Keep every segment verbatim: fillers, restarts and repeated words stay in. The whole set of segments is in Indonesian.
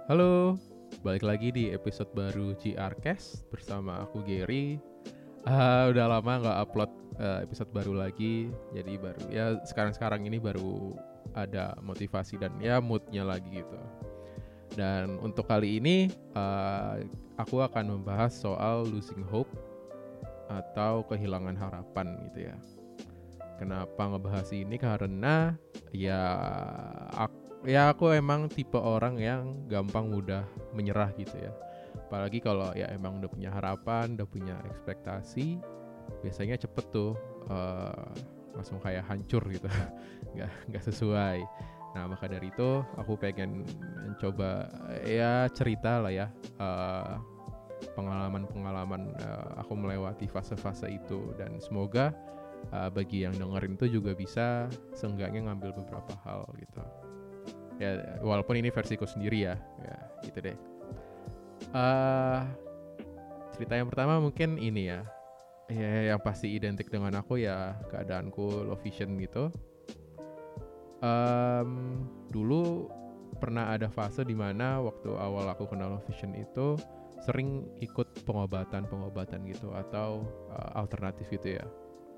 Halo, balik lagi di episode baru G R Cast bersama aku Gary. Ah, udah lama nggak upload eh, episode baru lagi, jadi baru ya sekarang-sekarang ini baru ada motivasi dan ya moodnya lagi gitu. Dan untuk kali ini eh, aku akan membahas soal losing hope atau kehilangan harapan gitu ya. Kenapa ngebahas ini? Karena ya aku, ya aku emang tipe orang yang gampang mudah menyerah gitu ya. Apalagi kalau ya emang udah punya harapan, udah punya ekspektasi, biasanya cepet tuh uh, langsung kayak hancur gitu, nggak nggak sesuai. Nah maka dari itu aku pengen mencoba ya cerita lah ya uh, pengalaman-pengalaman uh, aku melewati fase-fase itu dan semoga uh, bagi yang dengerin itu juga bisa seenggaknya ngambil beberapa hal gitu. Ya walaupun ini versiku sendiri ya, ya gitu deh. Uh, cerita yang pertama mungkin ini ya, ya yang pasti identik dengan aku ya keadaanku low vision gitu. Um, dulu pernah ada fase dimana waktu awal aku kenal low vision itu sering ikut pengobatan-pengobatan gitu atau uh, alternatif gitu ya.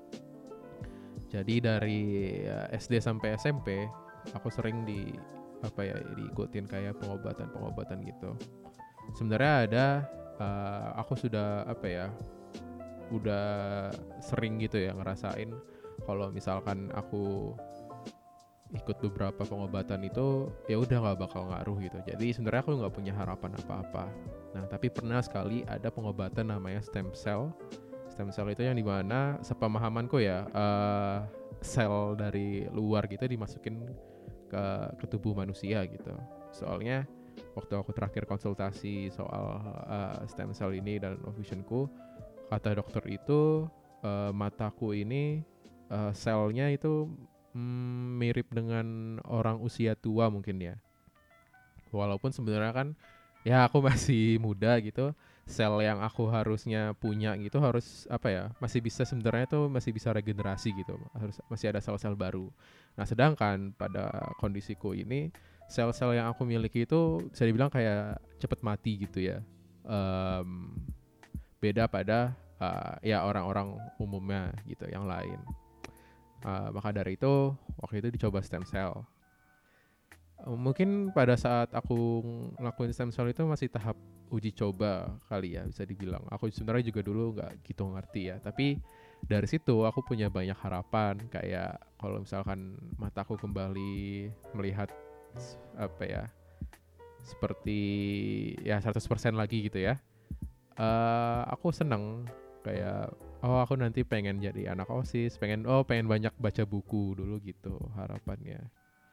Jadi dari uh, S D sampai S M P aku sering di apa ya diikutin kayak pengobatan-pengobatan gitu. Sebenarnya ada uh, aku sudah apa ya udah sering gitu ya ngerasain kalau misalkan aku ikut beberapa pengobatan itu ya udah nggak bakal ngaruh gitu. Jadi sebenarnya aku nggak punya harapan apa-apa. Nah tapi pernah sekali ada pengobatan namanya stem cell. Stem cell itu yang dimana sepemahamanku ya uh, sel dari luar gitu dimasukin ke, ke tubuh manusia gitu. Soalnya waktu aku terakhir konsultasi soal uh, stem cell ini dan visionku, kata dokter itu uh, mataku ini uh, selnya itu mm, mirip dengan orang usia tua mungkin ya. Walaupun sebenarnya kan ya aku masih muda gitu, sel yang aku harusnya punya gitu harus apa ya masih bisa sebenarnya tuh masih bisa regenerasi gitu, harus masih ada sel-sel baru. Nah sedangkan pada kondisiku ini sel-sel yang aku miliki itu bisa dibilang kayak cepet mati gitu ya. Um, beda pada uh, ya orang-orang umumnya gitu yang lain. Uh, maka dari itu waktu itu dicoba stem cell. Uh, mungkin pada saat aku ngelakuin stem cell itu masih tahap uji coba kali ya bisa dibilang. Aku sebenarnya juga dulu nggak gitu ngerti ya. Tapi dari situ aku punya banyak harapan kayak kalau misalkan mataku kembali melihat apa ya seperti ya seratus persen lagi gitu ya. Uh, aku seneng kayak oh aku nanti pengen jadi anak OSIS, pengen oh pengen banyak baca buku dulu gitu harapannya.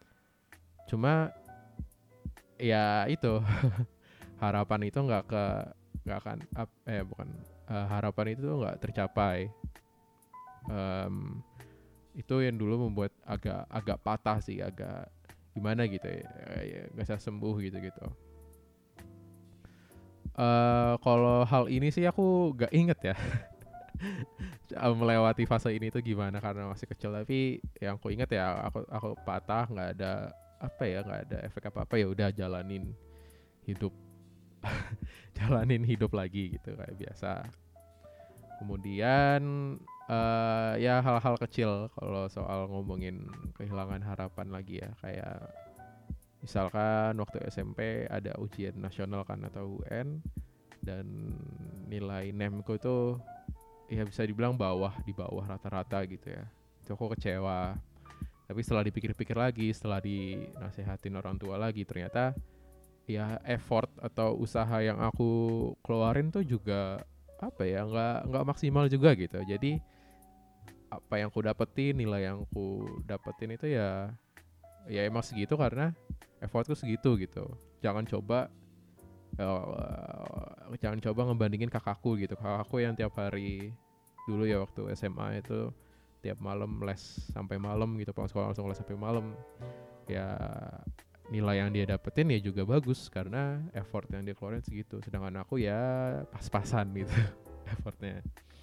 Cuma ya itu harapan itu nggak ke nggak akan up, eh bukan uh, harapan itu nggak tercapai. Um, itu yang dulu membuat agak agak patah sih, agak gimana gitu ya, ya nggak bisa sembuh gitu gitu. Uh, kalau hal ini sih aku gak inget ya melewati fase ini tuh gimana karena masih kecil, tapi yang aku inget ya aku aku patah nggak ada apa ya nggak ada efek apa apa, ya udah jalanin hidup jalanin hidup lagi gitu kayak biasa. Kemudian uh, ya hal-hal kecil kalau soal ngomongin kehilangan harapan lagi ya kayak misalkan waktu S M P ada ujian nasional kan atau U N dan nilai N E M ku itu ya bisa dibilang bawah di bawah rata-rata gitu ya. Itu aku kecewa. Tapi setelah dipikir-pikir lagi, setelah dinasehatin orang tua lagi, ternyata ya effort atau usaha yang aku keluarin tuh juga apa ya nggak nggak maksimal juga gitu. Jadi apa yang aku dapetin, nilai yang aku dapetin itu ya ya emang segitu karena effortku segitu gitu. Jangan coba uh, jangan coba ngebandingin kakakku gitu. Kakakku yang tiap hari dulu ya waktu S M A itu tiap malam les sampai malam gitu, pulang sekolah langsung les sampai malam. Ya nilai yang dia dapetin ya juga bagus karena effort yang dia keluarin segitu. Sedangkan aku ya pas-pasan gitu effortnya.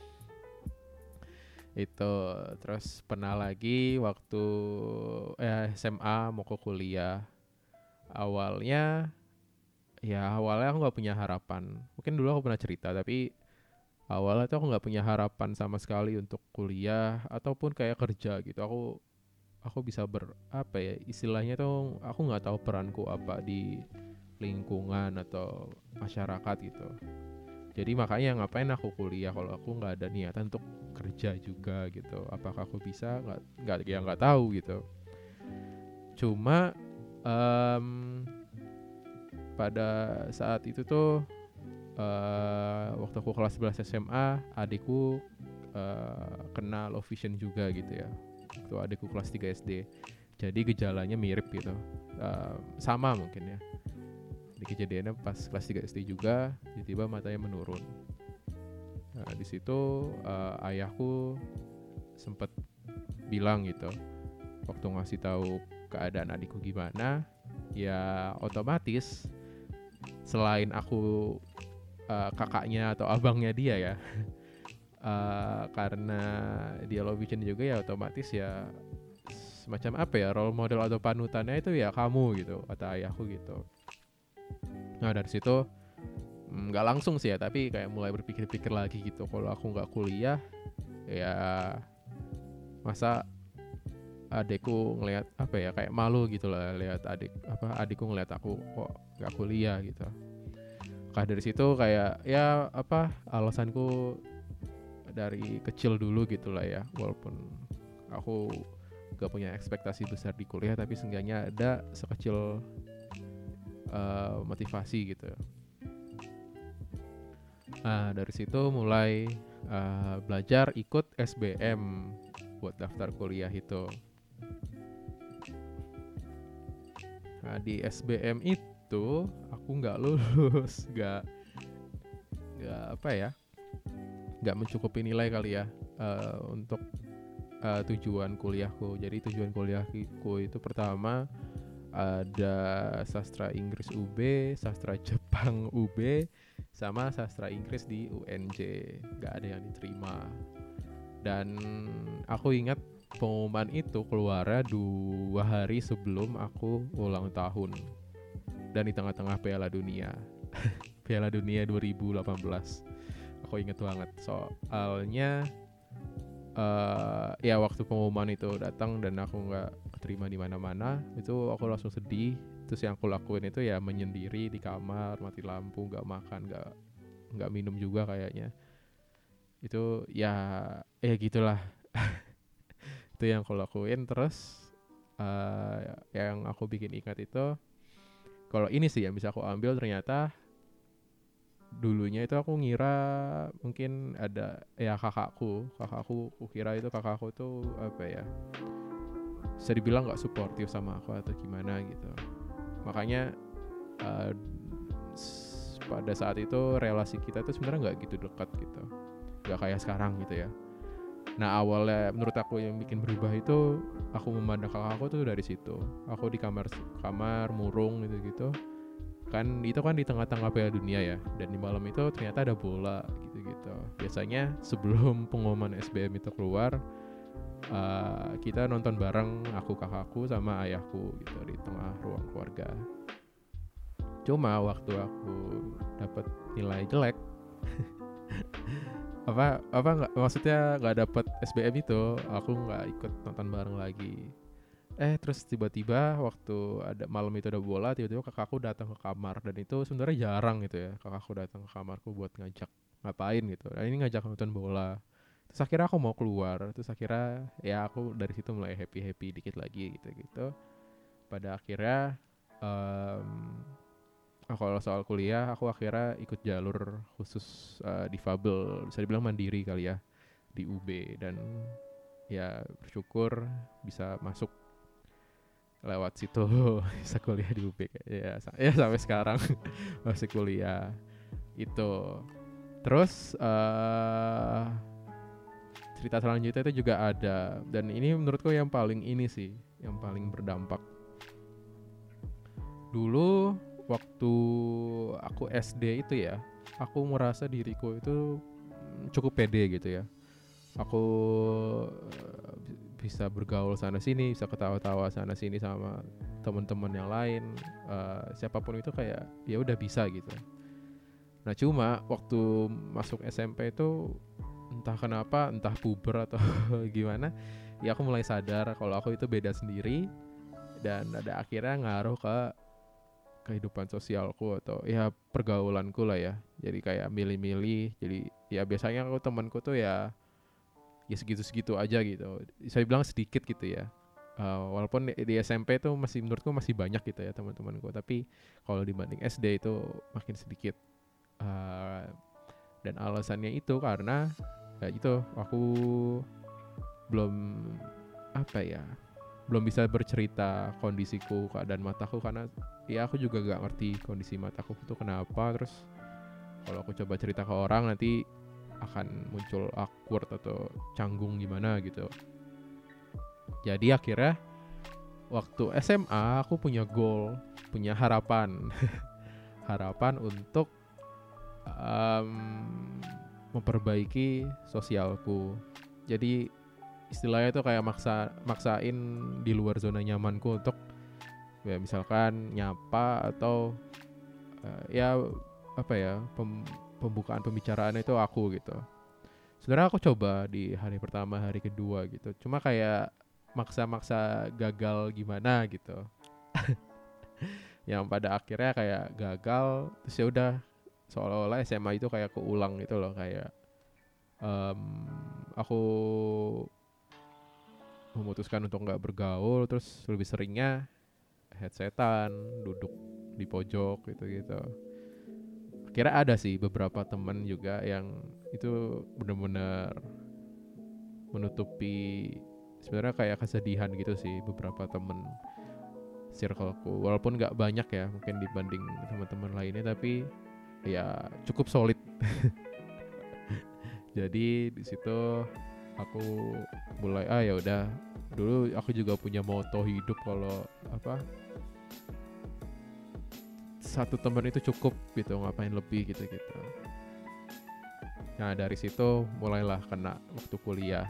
Itu terus pernah lagi waktu eh, S M A mau ke kuliah. Awalnya ya awalnya aku nggak punya harapan. Mungkin dulu aku pernah cerita, tapi awalnya tuh aku nggak punya harapan sama sekali untuk kuliah ataupun kayak kerja gitu. Aku aku bisa ber apa ya istilahnya tuh, aku nggak tahu peranku apa di lingkungan atau masyarakat gitu. Jadi makanya ngapain aku kuliah kalau aku nggak ada niatan untuk kerja juga gitu. Apakah aku bisa? Nggak nggak ya nggak tahu gitu. Cuma em, pada saat itu tuh eh, waktu aku kelas sebelas S M A, adikku eh, kena low vision juga gitu ya. Waktu adikku kelas tiga S D. Jadi gejalanya mirip gitu. Eh, sama mungkin ya. Di kejadiannya pas kelas tiga S D juga, tiba-tiba matanya menurun. Nah, di situ eh, ayahku sempat bilang gitu, waktu ngasih tahu keadaan adikku gimana, ya otomatis selain aku uh, kakaknya atau abangnya dia ya, uh, karena dia low vision juga ya otomatis ya semacam apa ya, role model atau panutannya itu ya kamu gitu, kata ayahku gitu. Nah dari situ nggak mm, langsung sih ya, tapi kayak mulai berpikir-pikir lagi gitu, kalau aku nggak kuliah ya masa adikku ngelihat apa ya, kayak malu gitu lah lihat adik apa adikku ngelihat aku kok nggak kuliah gitu. Nah dari situ kayak ya apa alasanku dari kecil dulu gitulah ya, walaupun aku gak punya ekspektasi besar di kuliah, tapi seenggaknya ada sekecil uh, motivasi gitu. Nah dari situ mulai uh, belajar ikut S B M buat daftar kuliah itu. Nah di S B M itu aku nggak lulus, nggak nggak apa ya, nggak mencukupi nilai kali ya uh, untuk uh, tujuan kuliahku. Jadi tujuan kuliahku itu pertama ada sastra Inggris U B, sastra Jepang U B, sama sastra Inggris di U N J. Nggak ada yang diterima. Dan aku ingat pengumuman itu keluarnya dua hari sebelum aku ulang tahun. Dan di tengah-tengah Piala Dunia. Piala Dunia dua ribu delapan belas. Aku inget banget. Soalnya uh, ya waktu pengumuman itu datang dan aku nggak keterima di mana-mana, itu aku langsung sedih. Terus yang aku lakuin itu ya menyendiri di kamar, mati lampu, nggak makan, nggak nggak minum juga kayaknya. Itu ya ya gitulah. Itu yang aku lakuin. Terus uh, yang aku bikin ingat itu, kalau ini sih yang bisa aku ambil, ternyata dulunya itu aku ngira mungkin ada ya kakakku kakakku aku kira itu kakakku tuh apa ya, bisa dibilang nggak suportif sama aku atau gimana gitu. Makanya uh, s- pada saat itu relasi kita tuh sebenarnya nggak gitu dekat gitu, nggak kayak sekarang gitu ya. Nah awalnya menurut aku yang bikin berubah itu, aku memandang kakakku tuh dari situ. Aku di kamar kamar murung gitu gitu kan, itu kan di tengah-tengah Piala Dunia ya, dan di malam itu ternyata ada bola gitu-gitu. Biasanya sebelum pengumuman S B M itu keluar, uh, kita nonton bareng, aku kakakku sama ayahku gitu di tengah ruang keluarga. Cuma waktu aku dapat nilai jelek apa apa nggak, maksudnya nggak dapat S B M itu, aku nggak ikut nonton bareng lagi. Eh terus tiba-tiba waktu ada malam itu ada bola, tiba-tiba kakakku datang ke kamar, dan itu sebenarnya jarang gitu ya kakakku datang ke kamarku buat ngajak ngapain gitu. Nah ini ngajak nonton bola. Terus akhirnya aku mau keluar, terus akhirnya ya aku dari situ mulai happy happy dikit lagi gitu gitu. Pada akhirnya um, kalau soal kuliah aku akhirnya ikut jalur khusus uh, difabel, bisa dibilang mandiri kali ya, di U B, dan ya bersyukur bisa masuk lewat situ. Bisa kuliah di U B ya, ya sampai sekarang masih kuliah itu. Terus uh, cerita selanjutnya itu juga ada, dan ini menurutku yang paling ini sih, yang paling berdampak. Dulu waktu aku S D itu ya, aku merasa diriku itu cukup pede gitu ya. Aku uh, bisa bergaul sana sini, bisa ketawa-tawa sana sini sama teman-teman yang lain, uh, siapapun itu kayak ya udah bisa gitu. Nah cuma waktu masuk S M P itu entah kenapa, entah puber atau gimana, ya aku mulai sadar kalau aku itu beda sendiri, dan ada akhirnya ngaruh ke kehidupan sosialku atau ya pergaulanku lah ya. Jadi kayak milih-milih, jadi ya biasanya aku temanku tuh ya ya segitu-segitu aja gitu. Saya bilang sedikit gitu ya. Uh, walaupun di, di S M P tuh masih menurutku masih banyak gitu ya teman-temanku, tapi kalau dibanding S D itu makin sedikit. Uh, dan alasannya itu karena ya itu aku belum apa ya belum bisa bercerita kondisiku, keadaan mataku, karena ya aku juga gak ngerti kondisi mataku itu kenapa. Terus kalau aku coba cerita ke orang nanti akan muncul awkward atau canggung gimana gitu. Jadi akhirnya waktu S M A aku punya goal, punya harapan harapan untuk um, memperbaiki sosialku. Jadi istilahnya itu kayak maksa maksain di luar zona nyamanku untuk ya misalkan nyapa atau uh, ya apa ya pem, pembukaan pembicaraan itu aku gitu. Sebenarnya aku coba di hari pertama, hari kedua gitu, cuma kayak maksa-maksa gagal gimana gitu. Yang pada akhirnya kayak gagal, terus ya udah seolah-olah S M A itu kayak keulang gitu loh, kayak um, aku memutuskan untuk nggak bergaul, terus lebih seringnya headsetan, duduk di pojok gitu-gitu. Akhirnya ada sih beberapa teman juga yang itu benar-benar menutupi sebenarnya kayak kesedihan gitu sih, beberapa teman circleku, walaupun nggak banyak ya mungkin dibanding teman-teman lainnya, tapi ya cukup solid. Jadi di situ aku mulai ah ya udah, dulu aku juga punya moto hidup kalau apa satu teman itu cukup gitu, ngapain lebih gitu-gitu. Nah dari situ mulailah kena waktu kuliah.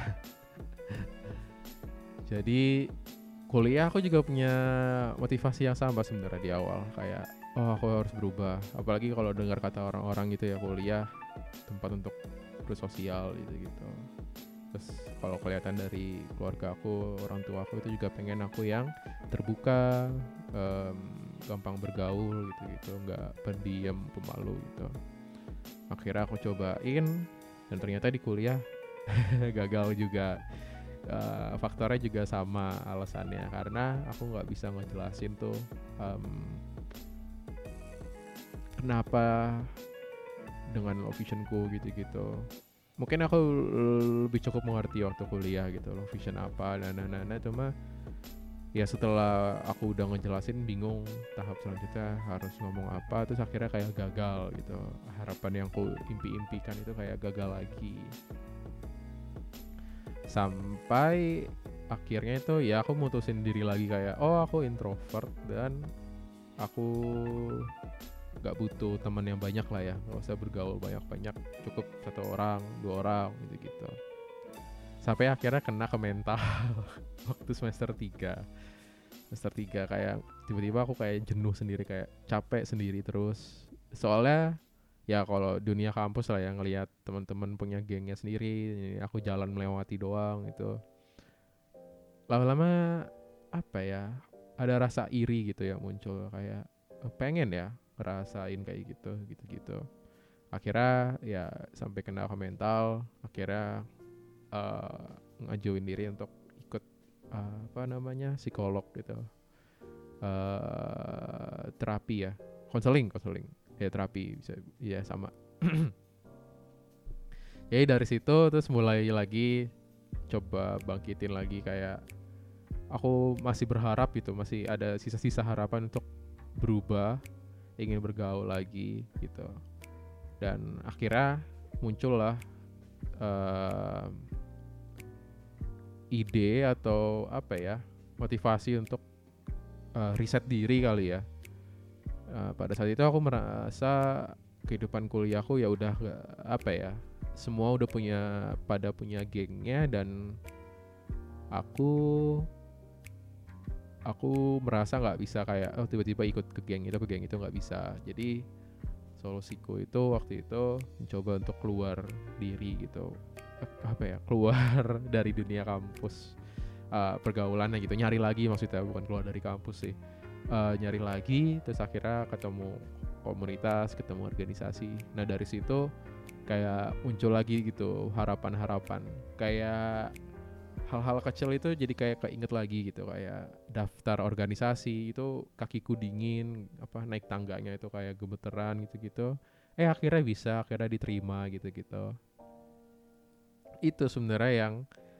Jadi kuliah aku juga punya motivasi yang sama sebenarnya di awal, kayak oh aku harus berubah, apalagi kalau dengar kata orang-orang gitu ya, kuliah tempat untuk bersosial gitu-gitu. Terus kalau kelihatan dari keluarga aku, orang tua aku itu juga pengen aku yang terbuka, um, gampang bergaul gitu-gitu, nggak pendiam, pemalu gitu. Akhirnya aku cobain dan ternyata di kuliah gagal juga. Uh, faktornya juga sama alasannya, karena aku nggak bisa ngejelasin tuh um, kenapa dengan low visionku gitu-gitu. Mungkin aku lebih cukup mengerti waktu kuliah gitu loh vision apa, nah nah nah, nah cuma ya setelah aku udah ngejelasin bingung tahap selanjutnya harus ngomong apa, terus akhirnya kayak gagal gitu. Harapan yang aku impi-impikan itu kayak gagal lagi. Sampai akhirnya itu ya aku mutusin diri lagi kayak oh aku introvert dan aku gak butuh teman yang banyak lah ya, gak usah bergaul banyak-banyak, cukup satu orang, dua orang gitu-gitu. Sampai akhirnya kena ke mental waktu semester tiga. Semester tiga kayak tiba-tiba aku kayak jenuh sendiri, kayak capek sendiri terus. Soalnya ya kalau dunia kampus lah yang ngelihat teman-teman punya gengnya sendiri, aku jalan melewati doang gitu. Lama-lama apa ya, ada rasa iri gitu ya muncul, kayak pengen ya ngerasain kayak gitu gitu-gitu. Akhirnya ya sampai kena ke mental, akhirnya uh, ngajuin diri untuk ikut uh, apa namanya psikolog gitu, uh, terapi ya, konseling konseling ya, terapi bisa ya sama. Jadi dari situ terus mulai lagi coba bangkitin lagi, kayak aku masih berharap gitu, masih ada sisa-sisa harapan untuk berubah, ingin bergaul lagi gitu. Dan akhirnya muncullah uh, ide atau apa ya, motivasi untuk uh, riset diri kali ya. Uh, pada saat itu aku merasa kehidupan kuliahku ya udah apa ya, semua udah punya pada punya gengnya, dan aku aku merasa nggak bisa kayak oh tiba-tiba ikut ke geng itu ke geng itu nggak bisa. Jadi solusiku itu waktu itu mencoba untuk keluar diri gitu, apa ya, keluar dari dunia kampus, uh, pergaulannya gitu, nyari lagi maksudnya, bukan keluar dari kampus sih, uh, nyari lagi, terus akhirnya ketemu komunitas, ketemu organisasi. Nah dari situ kayak muncul lagi gitu harapan-harapan, kayak hal-hal kecil itu jadi kayak keinget lagi gitu, kayak daftar organisasi itu kakiku dingin, apa naik tangganya itu kayak gemeteran gitu-gitu. Eh akhirnya bisa, akhirnya diterima gitu-gitu. Itu sebenarnya yang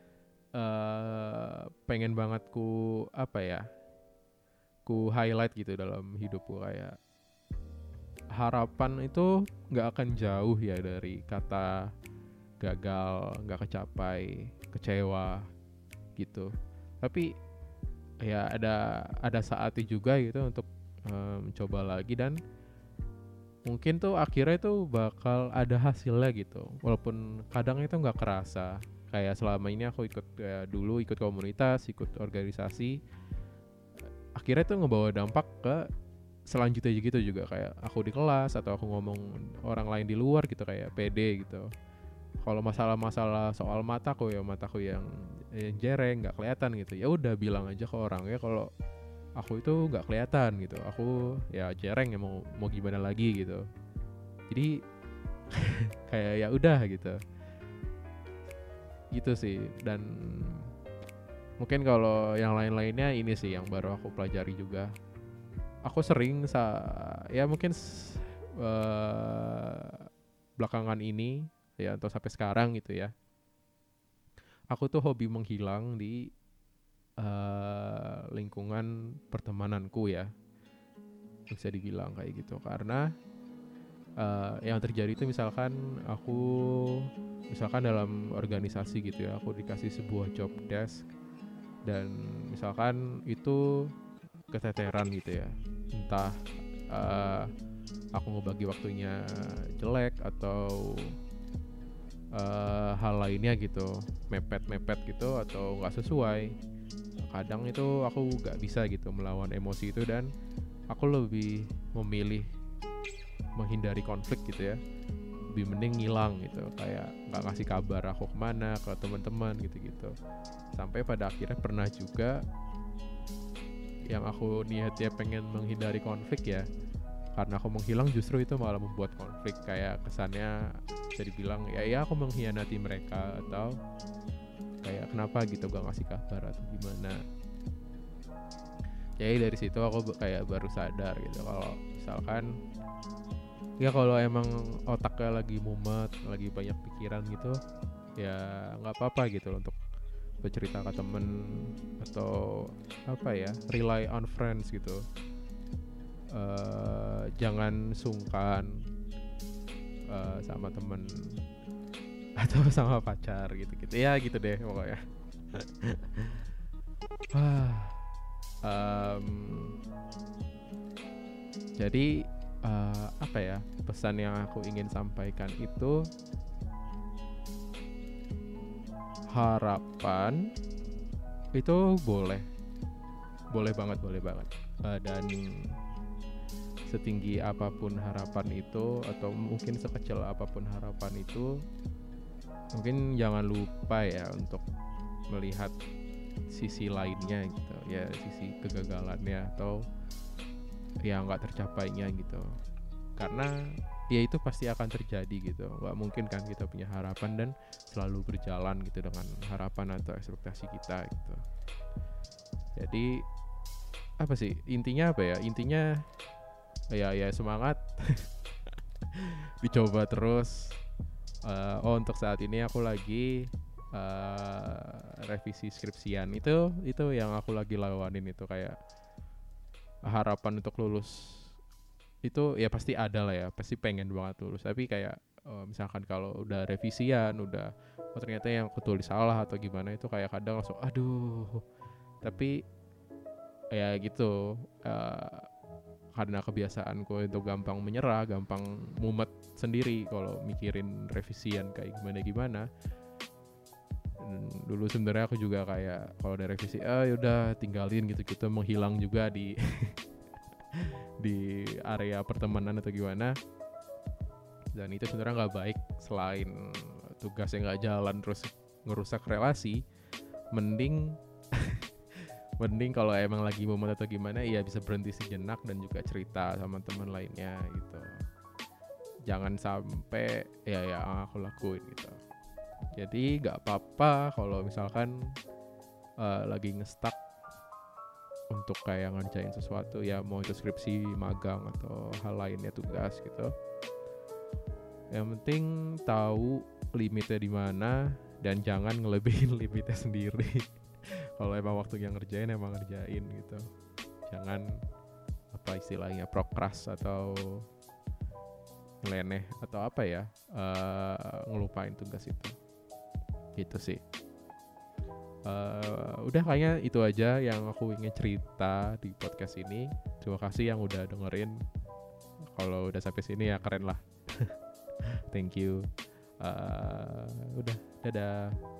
uh, pengen banget ku apa ya, ku highlight gitu dalam hidupku, kayak harapan itu nggak akan jauh ya dari kata gagal, nggak kecapai, kecewa gitu. Tapi ya ada ada saatnya juga gitu untuk um, coba lagi, dan mungkin tuh akhirnya tuh bakal ada hasilnya gitu. Walaupun kadang itu nggak kerasa. Kayak selama ini aku ikut ya, dulu ikut komunitas, ikut organisasi, akhirnya tuh ngebawa dampak ke selanjutnya gitu juga, kayak aku di kelas atau aku ngomong orang lain di luar gitu kayak pede gitu. Kalau masalah-masalah soal mataku ya mataku yang, yang jereng nggak kelihatan gitu, ya udah bilang aja ke orang ya kalau aku itu nggak kelihatan gitu, aku ya jereng ya, mau mau gimana lagi gitu. Jadi kayak ya udah gitu gitu sih. Dan mungkin kalau yang lain-lainnya ini sih yang baru aku pelajari juga. Aku sering sa- ya mungkin uh, belakangan ini ya atau sampai sekarang gitu ya, aku tuh hobi menghilang di uh, lingkungan pertemananku ya, bisa dibilang kayak gitu. Karena uh, yang terjadi itu misalkan aku misalkan dalam organisasi gitu ya, aku dikasih sebuah job desk dan misalkan itu keteteran gitu ya, entah uh, aku ngebagi waktunya jelek atau uh, hal lainnya gitu, mepet-mepet gitu atau nggak sesuai. Kadang itu aku nggak bisa gitu melawan emosi itu, dan aku lebih memilih menghindari konflik gitu ya, lebih mending ngilang gitu, kayak nggak ngasih kabar aku kemana ke teman-teman gitu-gitu. Sampai pada akhirnya pernah juga yang aku niatnya pengen menghindari konflik ya, karena aku menghilang justru itu malah membuat konflik, kayak kesannya bisa dibilang ya ya aku mengkhianati mereka, atau kayak kenapa gitu gak ngasih kabar atau gimana. Jadi dari situ aku kayak baru sadar gitu kalau misalkan ya kalau emang otaknya lagi mumet, lagi banyak pikiran gitu, ya nggak apa-apa gitu untuk bercerita ke temen atau apa ya, rely on friends gitu. Uh, jangan sungkan uh, sama temen atau sama pacar gitu-gitu ya, gitu deh pokoknya. um, jadi uh, apa ya, pesan yang aku ingin sampaikan itu, harapan itu boleh boleh banget boleh banget uh, dan setinggi apapun harapan itu, atau mungkin sekecil apapun harapan itu, mungkin jangan lupa ya untuk melihat sisi lainnya gitu ya, sisi kegagalannya atau yang nggak tercapainya gitu. Karena ya itu pasti akan terjadi gitu, nggak mungkin kan kita punya harapan dan selalu berjalan gitu dengan harapan atau ekspektasi kita gitu. Jadi apa sih intinya, apa ya intinya ya ya semangat. Dicoba terus. uh, oh untuk saat ini aku lagi uh, revisi skripsian, itu itu yang aku lagi lawanin, itu kayak harapan untuk lulus itu ya pasti ada lah ya, pasti pengen banget lulus, tapi kayak uh, misalkan kalau udah revisian udah oh ternyata yang aku tulis salah atau gimana, itu kayak kadang langsung aduh. Tapi ya gitu, uh, karena kebiasaanku itu gampang menyerah, gampang mumet sendiri kalau mikirin revisian kayak gimana-gimana. Dan dulu sebenarnya aku juga kayak kalau ada revisi ah yaudah tinggalin gitu-gitu, menghilang juga di di area pertemanan atau gimana. Dan itu sebenarnya nggak baik. Selain tugasnya nggak jalan terus ngerusak relasi, mending mending kalau emang lagi momen atau gimana ya bisa berhenti sejenak dan juga cerita sama teman lainnya gitu. Jangan sampai ya ya aku lakuin gitu. Jadi nggak apa-apa kalau misalkan uh, lagi nge-stuck untuk kayak ngerjain sesuatu, ya mau itu skripsi, magang atau hal lainnya, tugas gitu. Yang penting tahu limitnya di mana dan jangan ngelebihin limitnya sendiri. Kalau emang waktunya ngerjain emang ngerjain gitu. Jangan apa istilahnya prokras atau ngeleneh atau apa ya, uh, ngelupain tugas itu. Gitu sih. Uh, udah kayaknya itu aja yang aku ingin cerita di podcast ini. Terima kasih yang udah dengerin. Kalau udah sampai sini ya keren lah. Thank you. Uh, udah, dadah.